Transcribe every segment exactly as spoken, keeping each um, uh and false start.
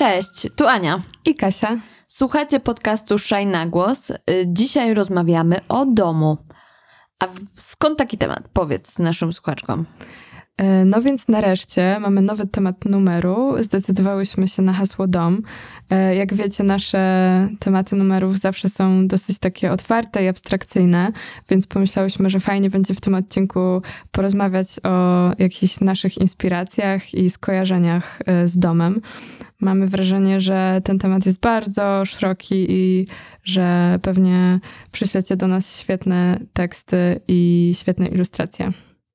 Cześć, tu Ania i Kasia. Słuchajcie podcastu Szaj na głos. Dzisiaj rozmawiamy o domu. A skąd taki temat? Powiedz naszym słuchaczkom. No więc nareszcie mamy nowy temat numeru. Zdecydowałyśmy się na hasło dom. Jak wiecie, nasze tematy numerów zawsze są dosyć takie otwarte i abstrakcyjne, więc pomyślałyśmy, że fajnie będzie w tym odcinku porozmawiać o jakichś naszych inspiracjach i skojarzeniach z domem. Mamy wrażenie, że ten temat jest bardzo szeroki i że pewnie przyślecie do nas świetne teksty i świetne ilustracje.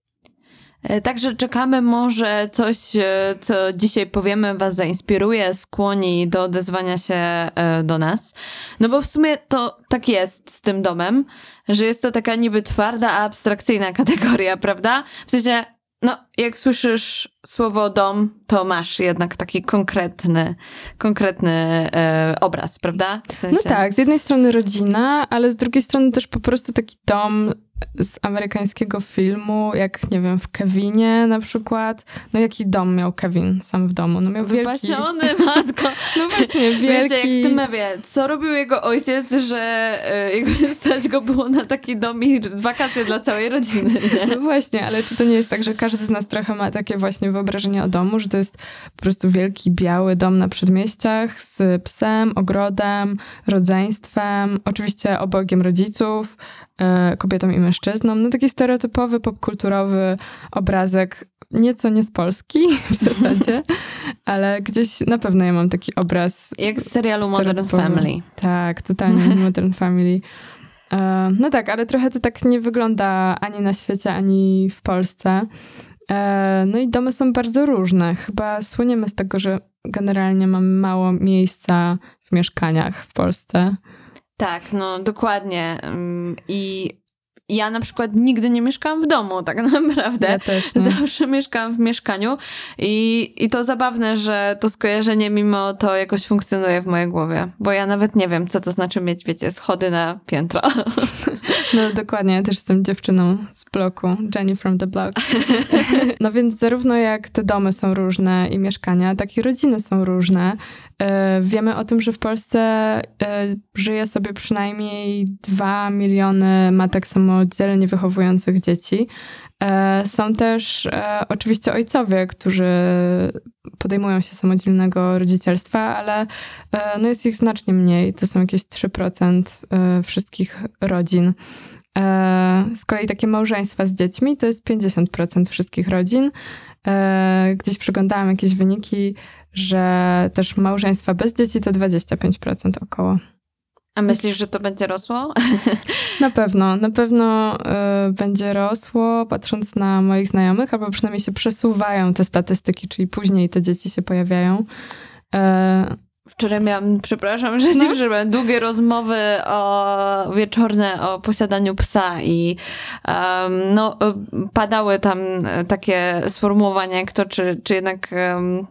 Także czekamy, może coś, co dzisiaj powiemy, was zainspiruje, skłoni do odezwania się do nas. No bo w sumie to tak jest z tym domem, że jest to taka niby twarda, a abstrakcyjna kategoria, prawda? W sensie, no jak słyszysz słowo dom, to masz jednak taki konkretny, konkretny e, obraz, prawda? W sensie... No tak, z jednej strony rodzina, ale z drugiej strony też po prostu taki dom z amerykańskiego filmu, jak nie wiem, w Kevinie na przykład. No jaki dom miał Kevin sam w domu? No miał Wypasiony, wielki... matko. No właśnie, wielki... Wiecie, jak w tym mewie, co robił jego ojciec, że y, jego stać go było na taki dom i wakacje dla całej rodziny, nie? No właśnie, ale czy to nie jest tak, że każdy z nas trochę ma takie właśnie wyobrażenie o domu, że to jest po prostu wielki, biały dom na przedmieściach z psem, ogrodem, rodzeństwem, oczywiście obojgiem rodziców, kobietą i mężczyzną. No taki stereotypowy, popkulturowy obrazek, nieco nie z Polski w zasadzie, ale gdzieś na pewno ja mam taki obraz. Jak z serialu Modern Family. Tak, totalnie Modern Family. No tak, ale trochę to tak nie wygląda ani na świecie, ani w Polsce. No i domy są bardzo różne. Chyba słyniemy z tego, że generalnie mamy mało miejsca w mieszkaniach w Polsce. Tak, no dokładnie. I ja na przykład nigdy nie mieszkałam w domu, tak naprawdę. Ja też nie. Zawsze mieszkałam w mieszkaniu i, i to zabawne, że to skojarzenie mimo to jakoś funkcjonuje w mojej głowie. Bo ja nawet nie wiem, co to znaczy mieć, wiecie, schody na piętro. No dokładnie, ja też jestem dziewczyną z bloku, Jenny from the block. No więc zarówno jak te domy są różne i mieszkania, tak i rodziny są różne. Wiemy o tym, że w Polsce żyje sobie przynajmniej dwa miliony matek samodzielnie wychowujących dzieci. Są też oczywiście ojcowie, którzy podejmują się samodzielnego rodzicielstwa, ale no jest ich znacznie mniej. To są jakieś trzy procent wszystkich rodzin. Z kolei takie małżeństwa z dziećmi to jest pięćdziesiąt procent wszystkich rodzin. Gdzieś przeglądałam jakieś wyniki, że też małżeństwa bez dzieci to dwadzieścia pięć procent około. A myślisz, że to będzie rosło? Na pewno, na pewno y, będzie rosło, patrząc na moich znajomych, albo przynajmniej się przesuwają te statystyki, czyli później te dzieci się pojawiają. Y, Wczoraj miałam, przepraszam, że ci no. przerwę, długie rozmowy o, wieczorne o posiadaniu psa i um, no, padały tam takie sformułowania jak to, czy, czy jednak um,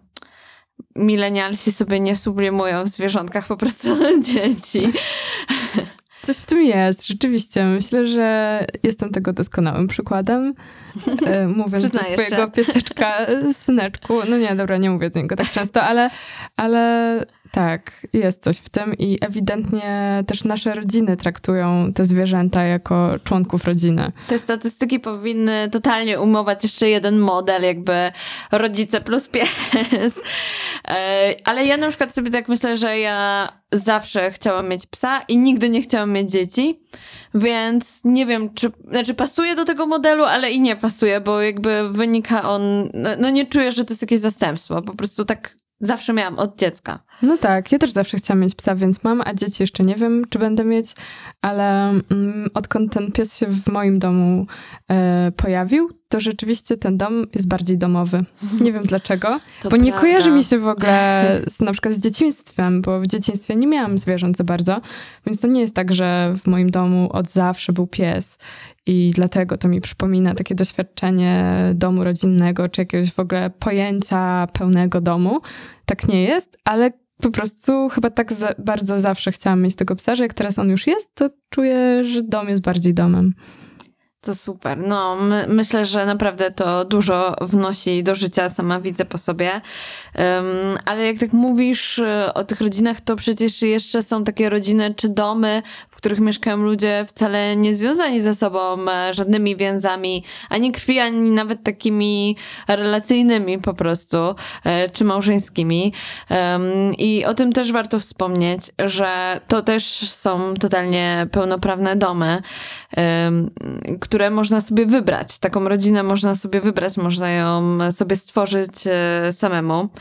milenialsi sobie nie sublimują w zwierzątkach po prostu dzieci. Coś w tym jest, rzeczywiście. Myślę, że jestem tego doskonałym przykładem. Mówiąc do swojego się. pieseczka, syneczku. No nie, dobra, nie mówię do niego tak często, ale, ale tak, jest coś w tym i ewidentnie też nasze rodziny traktują te zwierzęta jako członków rodziny. Te statystyki powinny totalnie umować jeszcze jeden model, jakby rodzice plus pies. Ale ja na przykład sobie tak myślę, że ja zawsze chciałam mieć psa i nigdy nie chciałam mieć dzieci, więc nie wiem, czy, znaczy pasuje do tego modelu, ale i nie pasuje, bo jakby wynika on, no, no nie czuję, że to jest jakieś zastępstwo, po prostu tak zawsze miałam od dziecka. No tak, ja też zawsze chciałam mieć psa, więc mam, a dzieci jeszcze nie wiem, czy będę mieć, ale mm, odkąd ten pies się w moim domu e, pojawił, to rzeczywiście ten dom jest bardziej domowy. Nie wiem dlaczego, To bo nie prawda. kojarzy mi się w ogóle z, na przykład z dzieciństwem, bo w dzieciństwie nie miałam zwierząt za bardzo, więc to nie jest tak, że w moim domu od zawsze był pies i dlatego to mi przypomina takie doświadczenie domu rodzinnego, czy jakiegoś w ogóle pojęcia pełnego domu. Tak nie jest, ale po prostu chyba tak za, bardzo zawsze chciałam mieć tego psa, że jak teraz on już jest, to czuję, że dom jest bardziej domem. To super. No, my, myślę, że naprawdę to dużo wnosi do życia, sama widzę po sobie. Um, ale jak tak mówisz o tych rodzinach, to przecież jeszcze są takie rodziny czy domy, w których mieszkają ludzie wcale nie związani ze sobą żadnymi więzami, ani krwi, ani nawet takimi relacyjnymi po prostu, czy małżeńskimi. Um, I o tym też warto wspomnieć, że to też są totalnie pełnoprawne domy, um, które można sobie wybrać. Taką rodzinę można sobie wybrać, można ją sobie stworzyć samemu.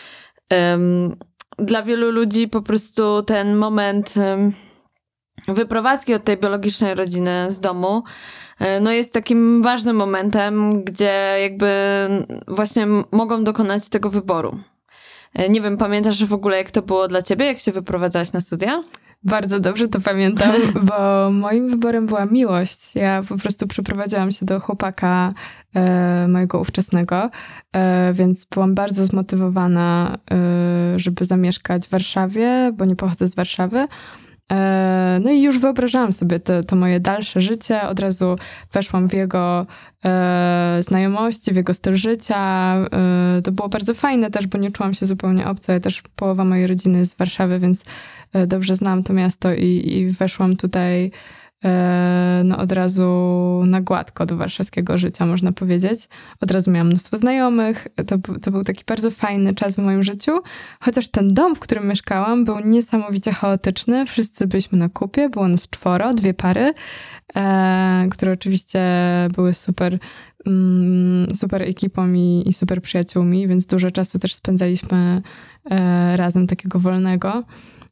Dla wielu ludzi po prostu ten moment wyprowadzki od tej biologicznej rodziny z domu no jest takim ważnym momentem, gdzie jakby właśnie mogą dokonać tego wyboru. Nie wiem, pamiętasz w ogóle, jak to było dla ciebie, jak się wyprowadzałaś na studia? Bardzo dobrze to pamiętam, bo moim wyborem była miłość. Ja po prostu przeprowadziłam się do chłopaka e, mojego ówczesnego, e, więc byłam bardzo zmotywowana, e, żeby zamieszkać w Warszawie, bo nie pochodzę z Warszawy. E, no i już wyobrażałam sobie to, to moje dalsze życie. Od razu weszłam w jego e, znajomości, w jego styl życia. E, to było bardzo fajne też, bo nie czułam się zupełnie obco. Ja też połowa mojej rodziny jest z Warszawy, więc dobrze znam to miasto i, i weszłam tutaj e, no od razu na gładko do warszawskiego życia, można powiedzieć. Od razu miałam mnóstwo znajomych. To, to był taki bardzo fajny czas w moim życiu. Chociaż ten dom, w którym mieszkałam, był niesamowicie chaotyczny. Wszyscy byliśmy na kupie. Było nas czworo, dwie pary, e, które oczywiście były super, mm, super ekipą i, i super przyjaciółmi, więc dużo czasu też spędzaliśmy e, razem takiego wolnego.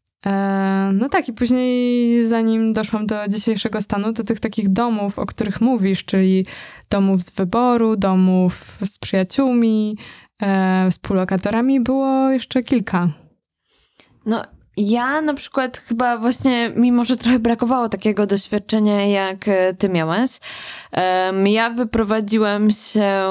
No tak, i później zanim doszłam do dzisiejszego stanu, to tych takich domów, o których mówisz, czyli domów z wyboru, domów z przyjaciółmi, e, współlokatorami, było jeszcze kilka. No ja na przykład chyba właśnie, mimo że trochę brakowało takiego doświadczenia, jak ty miałaś, um, ja wyprowadziłam się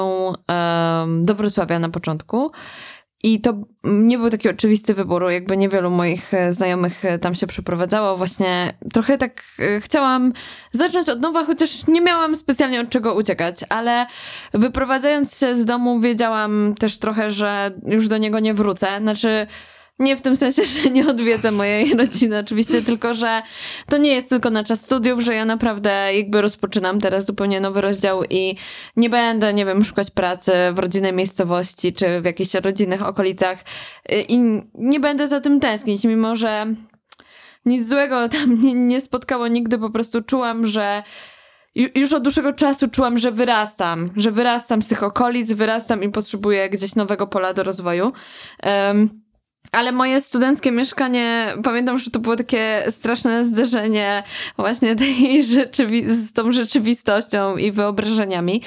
um, do Wrocławia na początku. I to nie był taki oczywisty wybór, jakby niewielu moich znajomych tam się przeprowadzało. Właśnie trochę tak chciałam zacząć od nowa, chociaż nie miałam specjalnie od czego uciekać, ale wyprowadzając się z domu wiedziałam też trochę, że już do niego nie wrócę. Znaczy nie w tym sensie, że nie odwiedzę mojej rodziny oczywiście, tylko że to nie jest tylko na czas studiów, że ja naprawdę jakby rozpoczynam teraz zupełnie nowy rozdział i nie będę, nie wiem, szukać pracy w rodzinnej miejscowości czy w jakichś rodzinnych okolicach i nie będę za tym tęsknić, mimo że nic złego tam nie, nie spotkało nigdy, po prostu czułam, że już od dłuższego czasu czułam, że wyrastam, że wyrastam z tych okolic, wyrastam i potrzebuję gdzieś nowego pola do rozwoju. Um, Ale moje studenckie mieszkanie, pamiętam, że to było takie straszne zderzenie właśnie tej rzeczywi- z tą rzeczywistością i wyobrażeniami,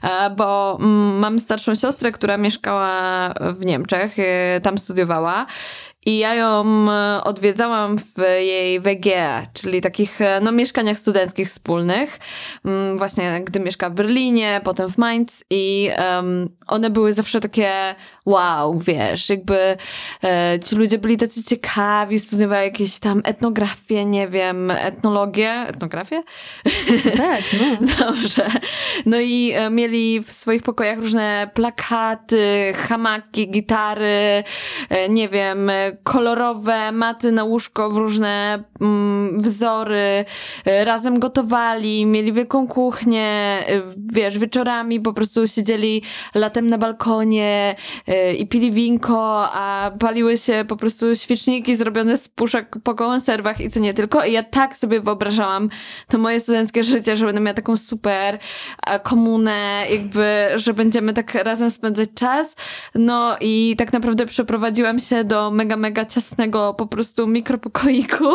bo mam starszą siostrę, która mieszkała w Niemczech, tam studiowała. I ja ją odwiedzałam w jej W G, czyli takich no, mieszkaniach studenckich wspólnych. Właśnie gdy mieszka w Berlinie, potem w Mainz i um, one były zawsze takie wow, wiesz, jakby e, ci ludzie byli tacy ciekawi, studiowali jakieś tam etnografię, nie wiem, etnologię, etnografię? Tak, no. Dobrze. No i e, mieli w swoich pokojach różne plakaty, hamaki, gitary, e, nie wiem, kolorowe maty na łóżko w różne mm, wzory, e, razem gotowali, mieli wielką kuchnię, e, wiesz, wieczorami po prostu siedzieli latem na balkonie, e, i pili winko, a paliły się po prostu świeczniki zrobione z puszek po konserwach i co nie tylko. I ja tak sobie wyobrażałam to moje studenckie życie, że będę miała taką super komunę, jakby, że będziemy tak razem spędzać czas. No i tak naprawdę przeprowadziłam się do mega, mega ciasnego po prostu mikropokoiku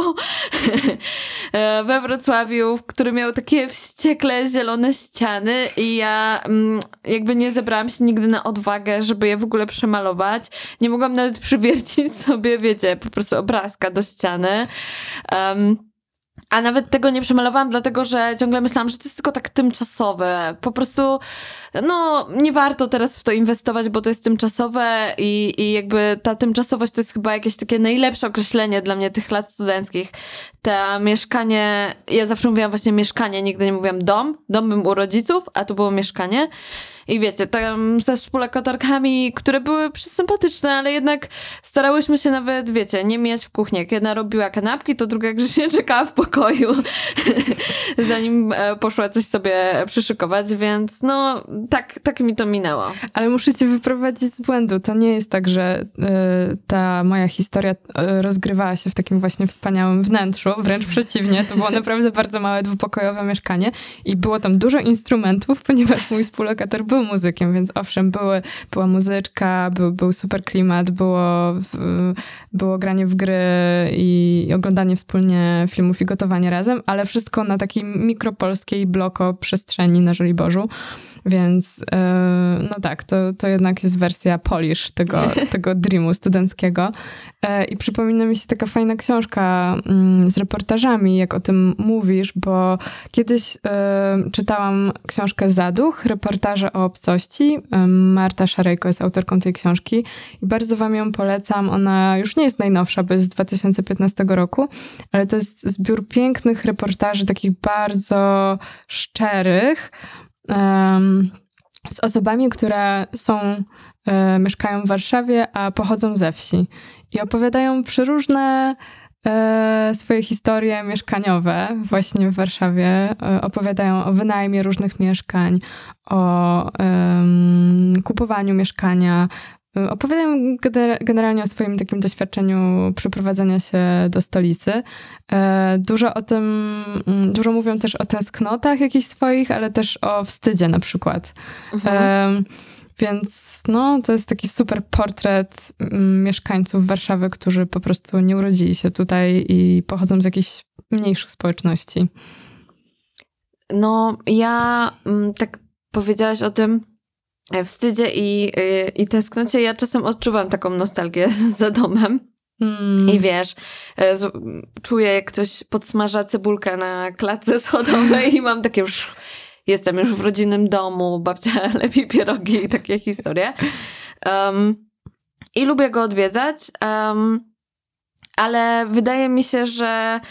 we Wrocławiu, który miał takie wściekle zielone ściany i ja jakby nie zebrałam się nigdy na odwagę, żeby je w ogóle przemalować. Nie mogłam nawet przywiercić sobie, wiecie, po prostu obrazka do ściany. Um, A nawet tego nie przemalowałam, dlatego że ciągle myślałam, że to jest tylko tak tymczasowe. Po prostu, no, nie warto teraz w to inwestować, bo to jest tymczasowe i, i jakby ta tymczasowość to jest chyba jakieś takie najlepsze określenie dla mnie tych lat studenckich. To mieszkanie, ja zawsze mówiłam właśnie mieszkanie, nigdy nie mówiłam dom. Dom był u rodziców, a tu było mieszkanie. I wiecie, tam ze współlokatorkami, które były sympatyczne, ale jednak starałyśmy się nawet, wiecie, nie mijać w kuchni. Jak jedna robiła kanapki, to druga grzecznie czekała w pokoju, zanim poszła coś sobie przyszykować, więc no, tak, tak mi to minęło. Ale muszę cię wyprowadzić z błędu. To nie jest tak, że y, ta moja historia y, rozgrywała się w takim właśnie wspaniałym wnętrzu. Wręcz przeciwnie, to było naprawdę bardzo małe, dwupokojowe mieszkanie i było tam dużo instrumentów, ponieważ mój współlokator był muzykiem, więc owszem, były, była muzyczka, był, był super klimat, było, było granie w gry i oglądanie wspólnie filmów i gotowanie razem, ale wszystko na takiej mikropolskiej bloko przestrzeni na Żoliborzu. Więc no tak, to, to jednak jest wersja Polish tego, tego dreamu studenckiego. I przypomina mi się taka fajna książka z reportażami, jak o tym mówisz, bo kiedyś czytałam książkę Zaduch, reportaże o obcości. Marta Szarejko jest autorką tej książki i bardzo wam ją polecam. Ona już nie jest najnowsza, bo jest z dwa tysiące piętnastego roku, ale to jest zbiór pięknych reportaży, takich bardzo szczerych, Um, z osobami, które są, e, mieszkają w Warszawie, a pochodzą ze wsi. I opowiadają przeróżne e, swoje historie mieszkaniowe właśnie w Warszawie. E, opowiadają o wynajmie różnych mieszkań, o e, kupowaniu mieszkania. Opowiadają generalnie o swoim takim doświadczeniu przeprowadzenia się do stolicy. Dużo o tym, dużo mówią też o tęsknotach jakichś swoich, ale też o wstydzie na przykład. Mhm. Więc no, to jest taki super portret mieszkańców Warszawy, którzy po prostu nie urodzili się tutaj i pochodzą z jakichś mniejszych społeczności. No, ja tak powiedziałaś o tym wstydzie i, i tęsknocie. Ja czasem odczuwam taką nostalgię za domem. Mm. I wiesz, z, czuję, jak ktoś podsmaża cebulkę na klatce schodowej i mam takie już, jestem już w rodzinnym domu, babcia lepi pierogi i takie historie. Um, I lubię go odwiedzać, um, ale wydaje mi się, że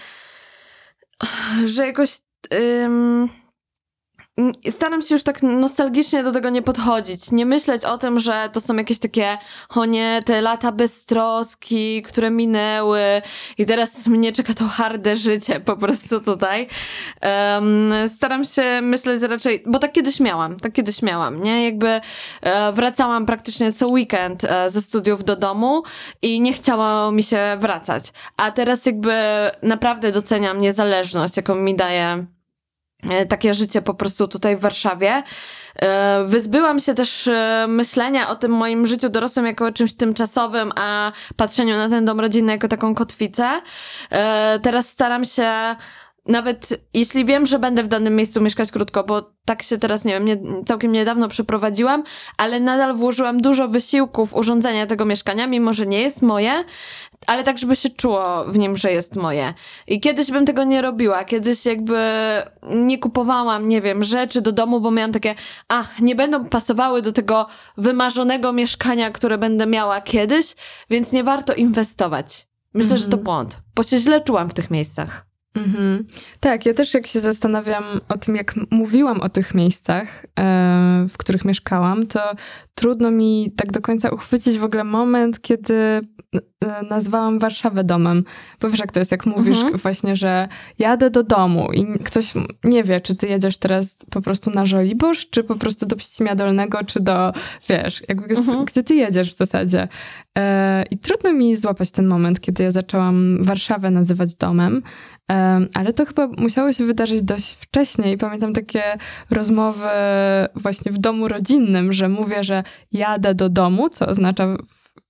że jakoś um, staram się już tak nostalgicznie do tego nie podchodzić. Nie myśleć o tym, że to są jakieś takie, o nie, te lata beztroski, które minęły i teraz mnie czeka to harde życie po prostu tutaj. Um, staram się myśleć raczej, bo tak kiedyś miałam, tak kiedyś miałam, nie? Jakby e, wracałam praktycznie co weekend e, ze studiów do domu i nie chciało mi się wracać. A teraz jakby naprawdę doceniam niezależność, jaką mi daje takie życie po prostu tutaj w Warszawie. Wyzbyłam się też myślenia o tym moim życiu dorosłym jako o czymś tymczasowym, a patrzeniu na ten dom rodzinny jako taką kotwicę. Teraz staram się, nawet jeśli wiem, że będę w danym miejscu mieszkać krótko, bo tak się teraz, nie wiem, nie, całkiem niedawno przeprowadziłam, ale nadal włożyłam dużo wysiłku w urządzenie tego mieszkania, mimo że nie jest moje, ale tak, żeby się czuło w nim, że jest moje. I kiedyś bym tego nie robiła. Kiedyś jakby nie kupowałam, nie wiem, rzeczy do domu, bo miałam takie, a, nie będą pasowały do tego wymarzonego mieszkania, które będę miała kiedyś, więc nie warto inwestować. Myślę, mm-hmm. że to błąd, bo się źle czułam w tych miejscach. Mhm. Tak, ja też jak się zastanawiam o tym, jak mówiłam o tych miejscach, e, w których mieszkałam, to trudno mi tak do końca uchwycić w ogóle moment, kiedy e, nazwałam Warszawę domem. Bo wiesz, jak to jest, jak mówisz mhm. właśnie, że jadę do domu i ktoś nie wie, czy ty jedziesz teraz po prostu na Żoliborz, czy po prostu do Pcimia Dolnego, czy do, wiesz, jakby mhm. gdzie ty jedziesz w zasadzie. E, I trudno mi złapać ten moment, kiedy ja zaczęłam Warszawę nazywać domem. Ale to chyba musiało się wydarzyć dość wcześnie i pamiętam takie rozmowy właśnie w domu rodzinnym, że mówię, że jadę do domu, co oznacza w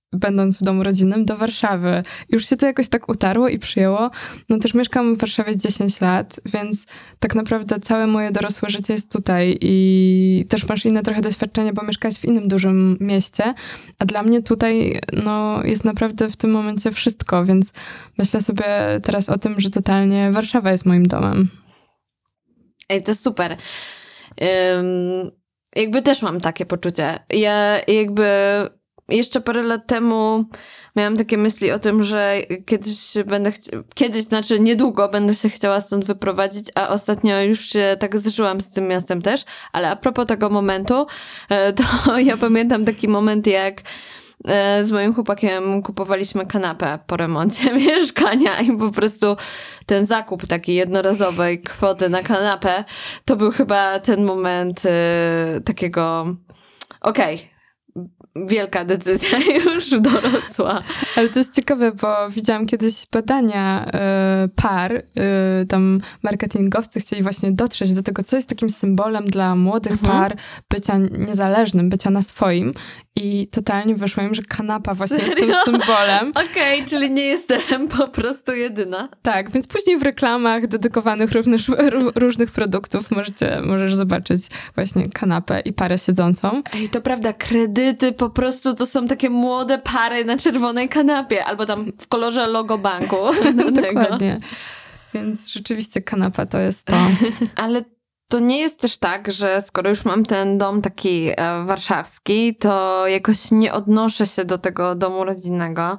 będąc w domu rodzinnym, do Warszawy. Już się to jakoś tak utarło i przyjęło. No też mieszkam w Warszawie dziesięć lat, więc tak naprawdę całe moje dorosłe życie jest tutaj i też masz inne trochę doświadczenie, bo mieszkałaś w innym dużym mieście, a dla mnie tutaj no, jest naprawdę w tym momencie wszystko, więc myślę sobie teraz o tym, że totalnie Warszawa jest moim domem. Ej, to super. Um, jakby też mam takie poczucie. Ja jakby jeszcze parę lat temu miałam takie myśli o tym, że kiedyś będę chci- kiedyś, znaczy niedługo będę się chciała stąd wyprowadzić, a ostatnio już się tak zżyłam z tym miastem też, ale a propos tego momentu, to ja pamiętam taki moment, jak z moim chłopakiem kupowaliśmy kanapę po remoncie mieszkania i po prostu ten zakup takiej jednorazowej kwoty na kanapę, to był chyba ten moment y, takiego okej, okay, wielka decyzja już dorosła. Ale to jest ciekawe, bo widziałam kiedyś badania y, par, y, tam marketingowcy chcieli właśnie dotrzeć do tego, co jest takim symbolem dla młodych mhm. par bycia niezależnym, bycia na swoim. I totalnie wyszło im, że kanapa właśnie Serio? jest tym symbolem. Okej, okay, czyli nie jestem po prostu jedyna. Tak, więc później w reklamach dedykowanych różnych, różnych produktów możecie, możesz zobaczyć właśnie kanapę i parę siedzącą. Ej, to prawda, kredyty po prostu to są takie młode pary na czerwonej kanapie, albo tam w kolorze logo banku. Dokładnie. Więc rzeczywiście kanapa to jest to. Ale to nie jest też tak, że skoro już mam ten dom taki e, warszawski, to jakoś nie odnoszę się do tego domu rodzinnego.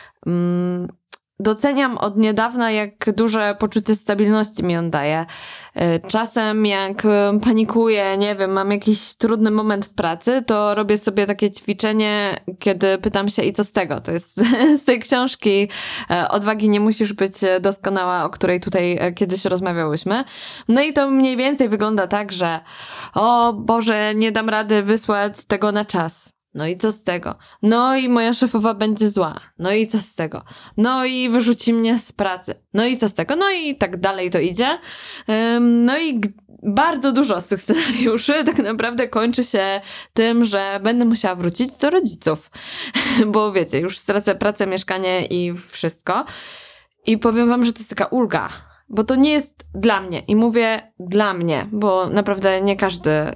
Mm, doceniam od niedawna, jak duże poczucie stabilności mi on daje. Czasem jak panikuję, nie wiem, mam jakiś trudny moment w pracy, to robię sobie takie ćwiczenie, kiedy pytam się i co z tego? To jest z tej książki Odwagi nie musisz być doskonała, o której tutaj kiedyś rozmawiałyśmy. No i to mniej więcej wygląda tak, że o Boże, nie dam rady wysłać tego na czas. No i co z tego? No i moja szefowa będzie zła. No i co z tego? No i wyrzuci mnie z pracy. No i co z tego? No i tak dalej to idzie. No i g- bardzo dużo z tych scenariuszy tak naprawdę kończy się tym, że będę musiała wrócić do rodziców. Bo wiecie, już stracę pracę, mieszkanie i wszystko. I powiem wam, że to jest taka ulga. Bo to nie jest dla mnie. I mówię dla mnie, bo naprawdę nie każdy yy,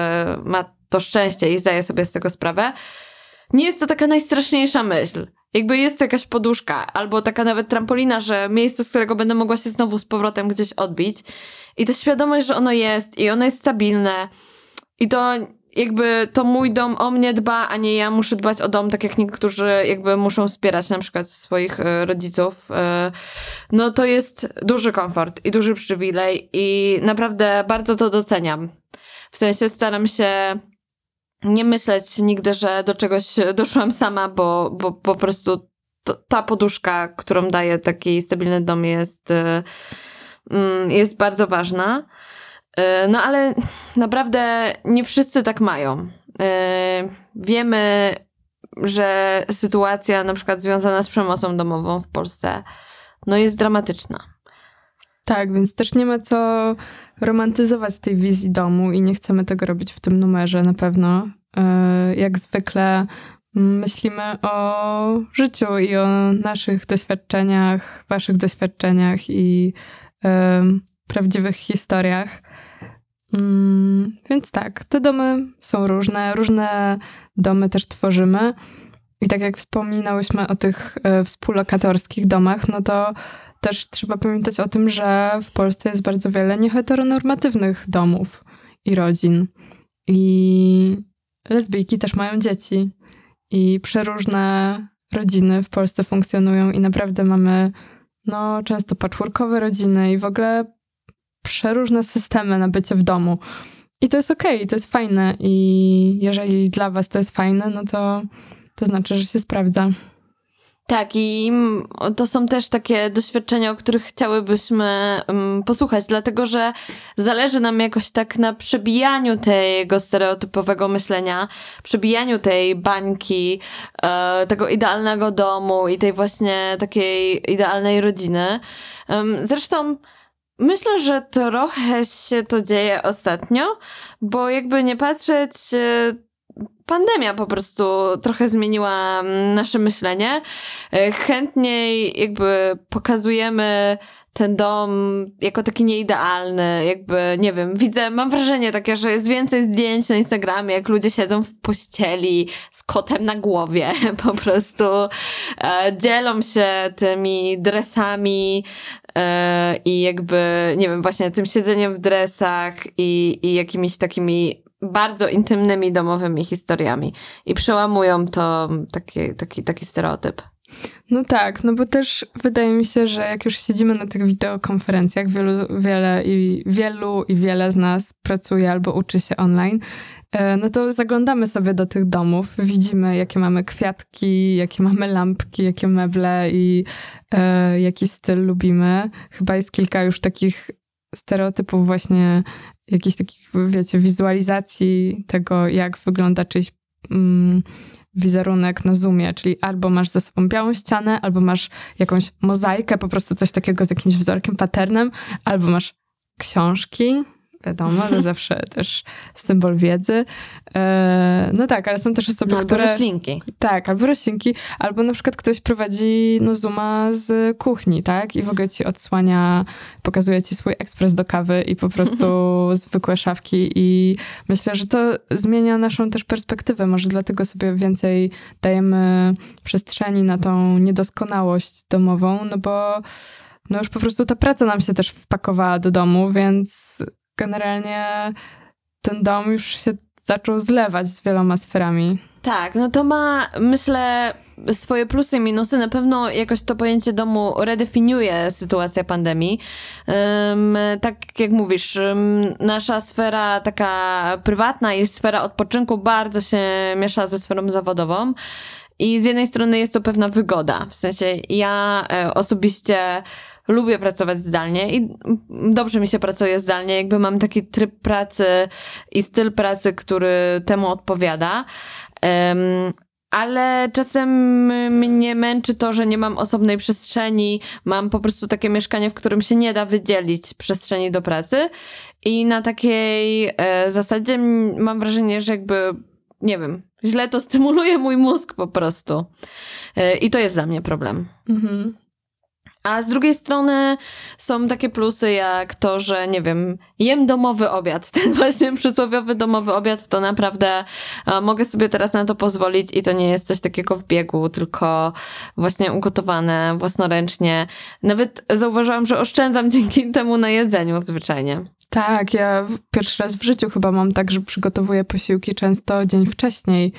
ma to szczęście i zdaję sobie z tego sprawę. Nie jest to taka najstraszniejsza myśl. Jakby jest to jakaś poduszka, albo taka nawet trampolina, że miejsce, z którego będę mogła się znowu z powrotem gdzieś odbić. I ta świadomość, że ono jest i ono jest stabilne. I to jakby to mój dom o mnie dba, a nie ja muszę dbać o dom, tak jak niektórzy jakby muszą wspierać na przykład swoich rodziców. No to jest duży komfort i duży przywilej i naprawdę bardzo to doceniam. W sensie staram się nie myśleć nigdy, że do czegoś doszłam sama, bo, bo po prostu to, ta poduszka, którą daje taki stabilny dom jest, jest bardzo ważna. No ale naprawdę nie wszyscy tak mają. Wiemy, że sytuacja na przykład związana z przemocą domową w Polsce no jest dramatyczna. Tak, więc też nie ma co romantyzować tej wizji domu i nie chcemy tego robić w tym numerze na pewno. Jak zwykle myślimy o życiu i o naszych doświadczeniach, waszych doświadczeniach i um, prawdziwych historiach. Um, więc tak, te domy są różne, różne domy też tworzymy. I tak jak wspominałyśmy o tych e, współlokatorskich domach, no to też trzeba pamiętać o tym, że w Polsce jest bardzo wiele nieheteronormatywnych domów i rodzin. I lesbijki też mają dzieci. I przeróżne rodziny w Polsce funkcjonują i naprawdę mamy no często patchworkowe rodziny i w ogóle przeróżne systemy na bycie w domu. I to jest okej, okay, to jest fajne. I jeżeli dla was to jest fajne, no to, to znaczy, że się sprawdza. Tak, i to są też takie doświadczenia, o których chciałybyśmy um, posłuchać, dlatego że zależy nam jakoś tak na przebijaniu tego stereotypowego myślenia, przebijaniu tej bańki, e, tego idealnego domu i tej właśnie takiej idealnej rodziny. Um, zresztą myślę, że trochę się to dzieje ostatnio, bo jakby nie patrzeć, pandemia po prostu trochę zmieniła nasze myślenie. Chętniej jakby pokazujemy ten dom jako taki nieidealny, jakby, nie wiem, widzę, mam wrażenie takie, że jest więcej zdjęć na Instagramie, jak ludzie siedzą w pościeli z kotem na głowie, po prostu e, dzielą się tymi dresami e, i jakby, nie wiem, właśnie tym siedzeniem w dresach i, i jakimiś takimi bardzo intymnymi domowymi historiami i przełamują to taki, taki, taki stereotyp. No tak, no bo też wydaje mi się, że jak już siedzimy na tych wideokonferencjach, wielu, wiele i wielu i wiele z nas pracuje albo uczy się online, no to zaglądamy sobie do tych domów, widzimy jakie mamy kwiatki, jakie mamy lampki, jakie meble i e, jaki styl lubimy. Chyba jest kilka już takich stereotypów właśnie, jakichś takich, wiecie, wizualizacji tego, jak wygląda czyjś mm, wizerunek na Zoomie, czyli albo masz ze sobą białą ścianę, albo masz jakąś mozaikę, po prostu coś takiego z jakimś wzorkiem, patternem, albo masz książki, wiadomo, to zawsze też symbol wiedzy. E, no tak, ale są też osoby, no, albo które... roślinki. Tak, albo roślinki, albo na przykład ktoś prowadzi no, Zooma z kuchni, tak? I w ogóle ci odsłania, pokazuje ci swój ekspres do kawy i po prostu zwykłe szafki i myślę, że to zmienia naszą też perspektywę. Może dlatego sobie więcej dajemy przestrzeni na tą niedoskonałość domową, no bo no już po prostu ta praca nam się też wpakowała do domu, więc generalnie ten dom już się zaczął zlewać z wieloma sferami. Tak, no to ma, myślę, swoje plusy i minusy. Na pewno jakoś to pojęcie domu redefiniuje sytuacja pandemii. Um, tak jak mówisz, um, nasza sfera taka prywatna i sfera odpoczynku bardzo się miesza ze sferą zawodową. I z jednej strony jest to pewna wygoda. W sensie ja e, osobiście lubię pracować zdalnie i dobrze mi się pracuje zdalnie, jakby mam taki tryb pracy i styl pracy, który temu odpowiada. Um, ale czasem mnie męczy to, że nie mam osobnej przestrzeni, mam po prostu takie mieszkanie, w którym się nie da wydzielić przestrzeni do pracy i na takiej e, zasadzie mam wrażenie, że jakby, nie wiem, źle to stymuluje mój mózg po prostu. E, I to jest dla mnie problem. Mhm. A z drugiej strony są takie plusy jak to, że nie wiem, jem domowy obiad. Ten właśnie przysłowiowy domowy obiad to naprawdę a, mogę sobie teraz na to pozwolić i to nie jest coś takiego w biegu, tylko właśnie ugotowane własnoręcznie. Nawet zauważyłam, że oszczędzam dzięki temu na jedzeniu zwyczajnie. Tak, ja pierwszy raz w życiu chyba mam tak, że przygotowuję posiłki często dzień wcześniej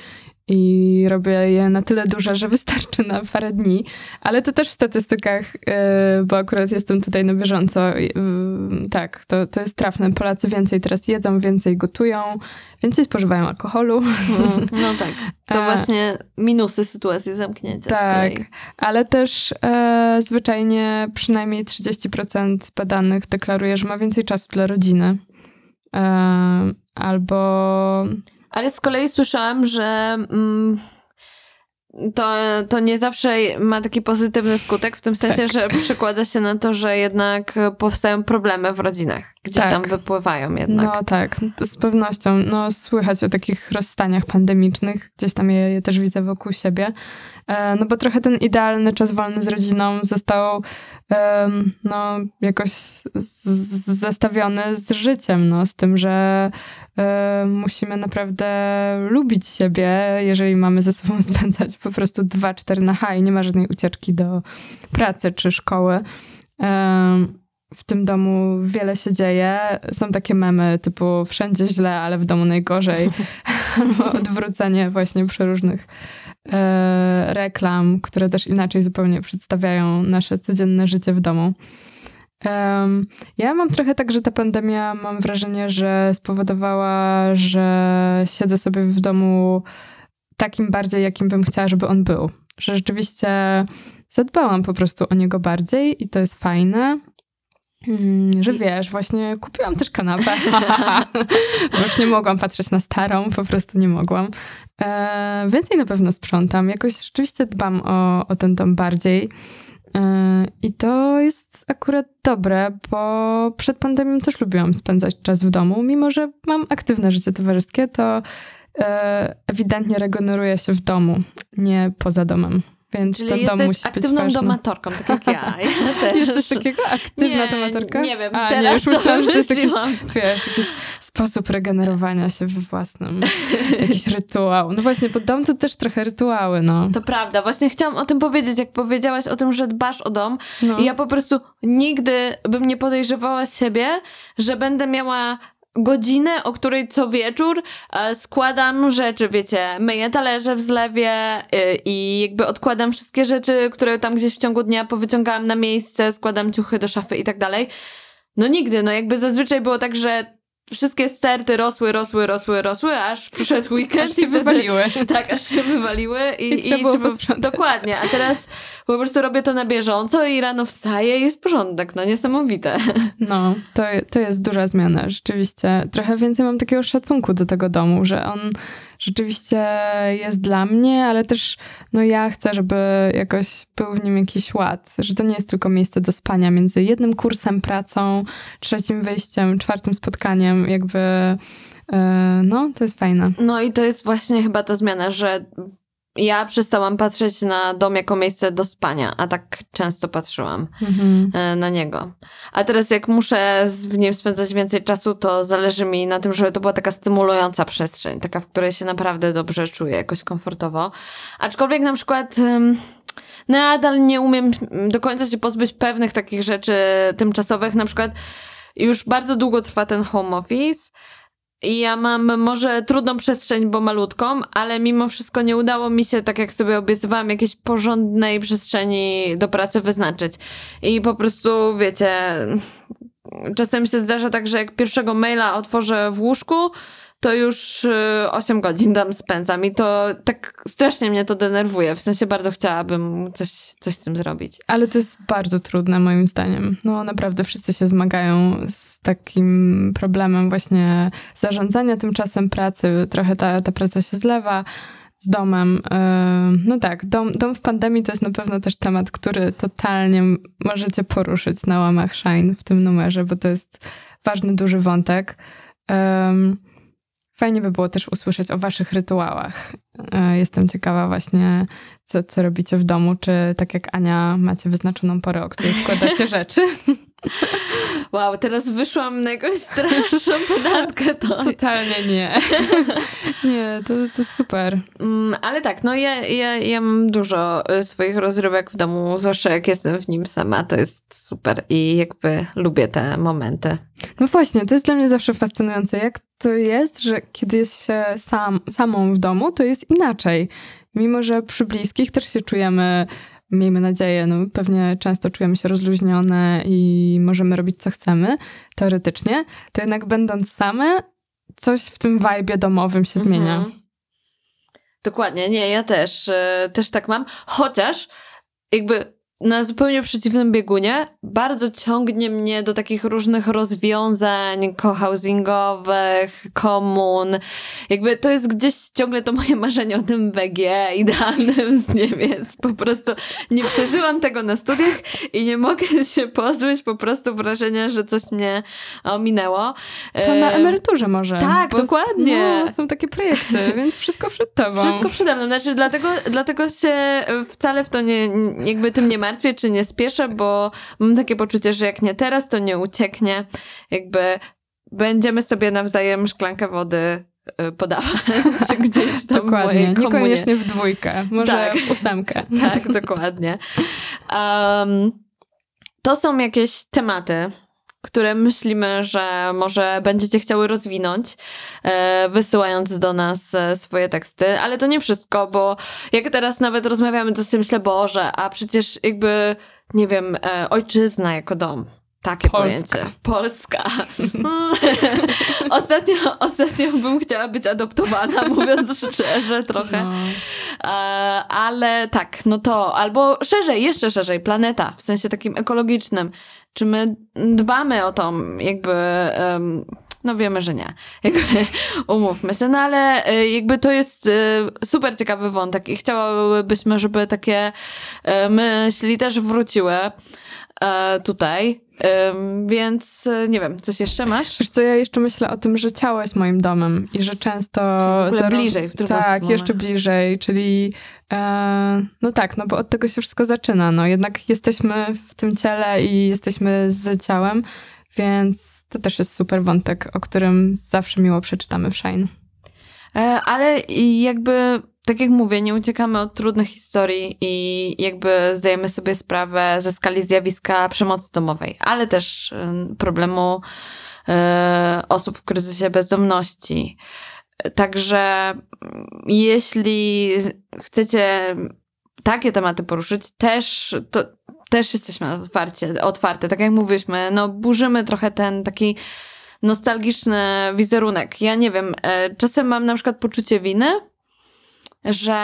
i robię je na tyle duże, że wystarczy na parę dni. Ale to też w statystykach, bo akurat jestem tutaj na bieżąco, tak, to, to jest trafne. Polacy więcej teraz jedzą, więcej gotują, więcej spożywają alkoholu. Mm, no tak, to A, właśnie minusy sytuacji zamknięcia tak, z kolei. Ale też e, zwyczajnie przynajmniej trzydzieści procent badanych deklaruje, że ma więcej czasu dla rodziny. E, albo... Ale z kolei słyszałam, że mm, to, to nie zawsze ma taki pozytywny skutek, w tym sensie, tak. że przekłada się na to, że jednak powstają problemy w rodzinach. Gdzieś tak. tam wypływają jednak. No tak, to z pewnością. No, słychać o takich rozstaniach pandemicznych. Gdzieś tam je, je też widzę wokół siebie. E, no bo trochę ten idealny czas wolny z rodziną został e, no, jakoś z, z, zestawiony z życiem. No, z tym, że e, musimy naprawdę lubić siebie, jeżeli mamy ze sobą spędzać po prostu dwa cztery na H i nie ma żadnej ucieczki do pracy czy szkoły. E, W tym domu wiele się dzieje. Są takie memy typu wszędzie źle, ale w domu najgorzej. Odwrócenie właśnie przeróżnych e, reklam, które też inaczej zupełnie przedstawiają nasze codzienne życie w domu. E, ja mam trochę tak, że ta pandemia, mam wrażenie, że spowodowała, że siedzę sobie w domu takim bardziej, jakim bym chciała, żeby on był. Że rzeczywiście zadbałam po prostu o niego bardziej i to jest fajne. Hmm, że wiesz, właśnie kupiłam też kanapę, bo już nie mogłam patrzeć na starą, po prostu nie mogłam. E, więcej na pewno sprzątam, jakoś rzeczywiście dbam o, o ten dom bardziej e, i to jest akurat dobre, bo przed pandemią też lubiłam spędzać czas w domu, mimo że mam aktywne życie towarzyskie, to e, ewidentnie regeneruje się w domu, nie poza domem. Więc Czyli ten dom jesteś musi aktywną być ważny. domatorką, tak jak ja. ja też. Jest coś takiego? Aktywna nie, domatorka? Nie wiem, A, teraz nie, już myślałam, że to jest jakiś, myśliłam. wiesz, jakiś sposób regenerowania się we własnym, jakiś rytuał. No właśnie, bo dom to też trochę rytuały, no. To prawda, właśnie chciałam o tym powiedzieć, jak powiedziałaś o tym, że dbasz o dom no. i ja po prostu nigdy bym nie podejrzewała siebie, że będę miała godzinę, o której co wieczór e, składam rzeczy, wiecie, myję talerze w zlewie y, i jakby odkładam wszystkie rzeczy, które tam gdzieś w ciągu dnia powyciągałam na miejsce, składam ciuchy do szafy i tak dalej. No nigdy, no jakby zazwyczaj było tak, że wszystkie sterty rosły, rosły, rosły, rosły, aż przyszedł weekend Aż się i wtedy, wywaliły. Tak, aż się wywaliły. I, I trzeba było posprzątać. Dokładnie, a teraz po prostu robię to na bieżąco i rano wstaję i jest porządek, no niesamowite. No, to, to jest duża zmiana, rzeczywiście. Trochę więcej mam takiego szacunku do tego domu, że on rzeczywiście jest dla mnie, ale też no ja chcę, żeby jakoś był w nim jakiś ład, że to nie jest tylko miejsce do spania między jednym kursem, pracą, trzecim wyjściem, czwartym spotkaniem, jakby yy, no, to jest fajne. No i to jest właśnie chyba ta zmiana, że ja przestałam patrzeć na dom jako miejsce do spania, a tak często patrzyłam Mhm. na niego. A teraz jak muszę w nim spędzać więcej czasu, to zależy mi na tym, żeby to była taka stymulująca przestrzeń, taka, w której się naprawdę dobrze czuję, jakoś komfortowo. Aczkolwiek na przykład um, nadal nie umiem do końca się pozbyć pewnych takich rzeczy tymczasowych. Na przykład już bardzo długo trwa ten home office, i ja mam może trudną przestrzeń, bo malutką, ale mimo wszystko nie udało mi się, tak jak sobie obiecywałam, jakiejś porządnej przestrzeni do pracy wyznaczyć. I po prostu, wiecie, czasem się zdarza tak, że jak pierwszego maila otworzę w łóżku, to już osiem godzin tam spędzam i to tak strasznie mnie to denerwuje. W sensie bardzo chciałabym coś, coś z tym zrobić. Ale to jest bardzo trudne moim zdaniem. No naprawdę wszyscy się zmagają z takim problemem właśnie zarządzania tymczasem pracy. Trochę ta, ta praca się zlewa z domem. No tak, dom, dom w pandemii to jest na pewno też temat, który totalnie możecie poruszyć na łamach Shine w tym numerze, bo to jest ważny, duży wątek. Fajnie by było też usłyszeć o waszych rytuałach. Jestem ciekawa właśnie, co, co robicie w domu, czy tak jak Ania macie wyznaczoną porę, o której składacie rzeczy. Wow, teraz wyszłam na jakąś straszną podatkę. To... Totalnie nie. Nie, to, to super. Mm, ale tak, no ja, ja, ja mam dużo swoich rozrywek w domu, zwłaszcza jak jestem w nim sama, to jest super i jakby lubię te momenty. No właśnie, to jest dla mnie zawsze fascynujące, jak to jest, że kiedy jest się sam, samą w domu, to jest inaczej. Mimo że przy bliskich też się czujemy, miejmy nadzieję, no pewnie często czujemy się rozluźnione i możemy robić co chcemy, teoretycznie, to jednak będąc same, coś w tym vibe'ie domowym się mhm. zmienia. Dokładnie, nie, ja też, też tak mam, chociaż jakby na zupełnie przeciwnym biegunie bardzo ciągnie mnie do takich różnych rozwiązań cohousingowych, komun. Jakby to jest gdzieś ciągle to moje marzenie o tym B G idealnym z Niemiec. Po prostu nie przeżyłam tego na studiach i nie mogę się pozbyć po prostu wrażenia, że coś mnie ominęło. To na emeryturze może. Tak, dokładnie. No, są takie projekty, więc wszystko przed tobą. Wszystko przede mną. Znaczy dlatego, dlatego się wcale w to nie, jakby tym nie martwię, czy nie spieszę, bo mam takie poczucie, że jak nie teraz, to nie ucieknie. Jakby będziemy sobie nawzajem szklankę wody podawać gdzieś tam. Dokładnie, niekoniecznie w dwójkę, może tak. w ósemkę. Tak, dokładnie. Um, to są jakieś tematy, które myślimy, że może będziecie chciały rozwinąć, e, wysyłając do nas e, swoje teksty, ale to nie wszystko, bo jak teraz nawet rozmawiamy, to sobie myślę, Boże, a przecież jakby, nie wiem, e, ojczyzna jako dom. Takie Polska. pojęcie. Polska. ostatnio, ostatnio bym chciała być adoptowana, mówiąc szczerze trochę. No. E, ale tak, no to albo szerzej, jeszcze szerzej, planeta, w sensie takim ekologicznym. Czy my dbamy o to, jakby, um, no wiemy, że nie. Jakby, umówmy się, no ale jakby to jest super ciekawy wątek i chciałabyśmy, żeby takie myśli też wróciły tutaj. Ym, więc nie wiem, coś jeszcze masz? Wiesz co, ja jeszcze myślę o tym, że ciało jest moim domem i że często... W ogóle zaró- bliżej, w drugą Tak, stronę. jeszcze bliżej, czyli e, no tak, no bo od tego się wszystko zaczyna, no jednak jesteśmy w tym ciele i jesteśmy z ciałem, więc to też jest super wątek, o którym zawsze miło przeczytamy w Shine. E, ale jakby, tak jak mówię, nie uciekamy od trudnych historii i jakby zdajemy sobie sprawę ze skali zjawiska przemocy domowej, ale też y, problemu y, osób w kryzysie bezdomności. Także jeśli chcecie takie tematy poruszyć, też to też jesteśmy otwarcie, otwarte. Tak jak mówiliśmy, no burzymy trochę ten taki nostalgiczny wizerunek. Ja nie wiem, czasem mam na przykład poczucie winy, że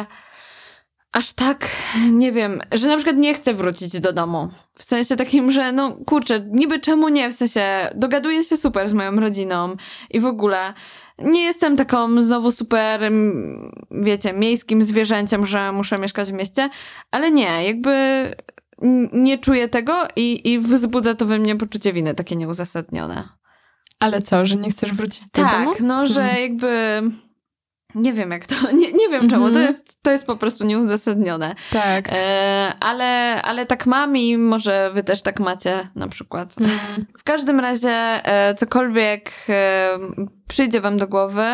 aż tak, nie wiem, że na przykład nie chcę wrócić do domu. W sensie takim, że no kurczę, niby czemu nie? W sensie dogaduję się super z moją rodziną i w ogóle nie jestem taką znowu super, wiecie, miejskim zwierzęciem, że muszę mieszkać w mieście, ale nie, jakby nie czuję tego i, i wzbudza to we mnie poczucie winy, takie nieuzasadnione. Ale co, że nie chcesz wrócić do tak, domu? Tak, no, że mhm. jakby... Nie wiem jak to, nie, nie wiem czemu, mm-hmm. to, jest, to jest po prostu nieuzasadnione. Tak. E, ale, ale tak mam i może wy też tak macie na przykład. Mm. W każdym razie e, cokolwiek e, przyjdzie wam do głowy,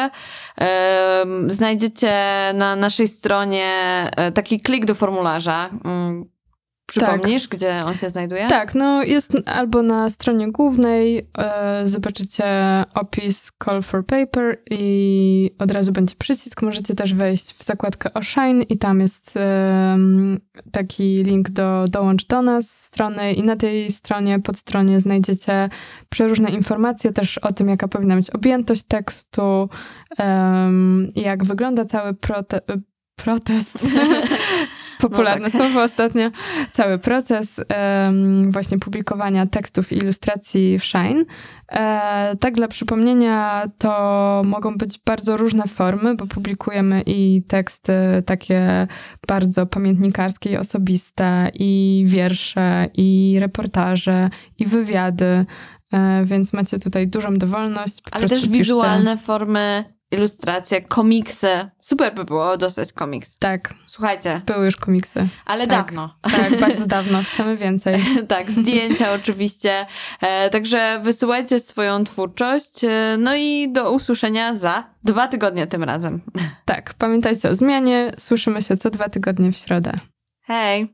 e, znajdziecie na naszej stronie e, taki klik do formularza. Mm. Przypomnisz, tak. Gdzie on się znajduje? Tak, no jest albo na stronie głównej, e, zobaczycie opis Call for Paper i od razu będzie przycisk. Możecie też wejść w zakładkę o Shine i tam jest e, taki link do dołącz do nas strony i na tej stronie, podstronie znajdziecie przeróżne informacje też o tym, jaka powinna być objętość tekstu, e, jak wygląda cały prote- protest. Popularne no tak. słowo ostatnio. Cały proces um, właśnie publikowania tekstów i ilustracji w Shine. E, tak dla przypomnienia, to mogą być bardzo różne formy, bo publikujemy i teksty takie bardzo pamiętnikarskie i osobiste, i wiersze, i reportaże, i wywiady, e, więc macie tutaj dużą dowolność. Po Ale też piszcie. wizualne formy, ilustracje, komiksy. Super by było dostać komiks. Tak. Słuchajcie. Były już komiksy. Ale tak, dawno. Tak, bardzo dawno. Chcemy więcej. Tak, zdjęcia oczywiście. E, także wysyłajcie swoją twórczość. E, no i do usłyszenia za dwa tygodnie tym razem. Tak, pamiętajcie o zmianie. Słyszymy się co dwa tygodnie w środę. Hej!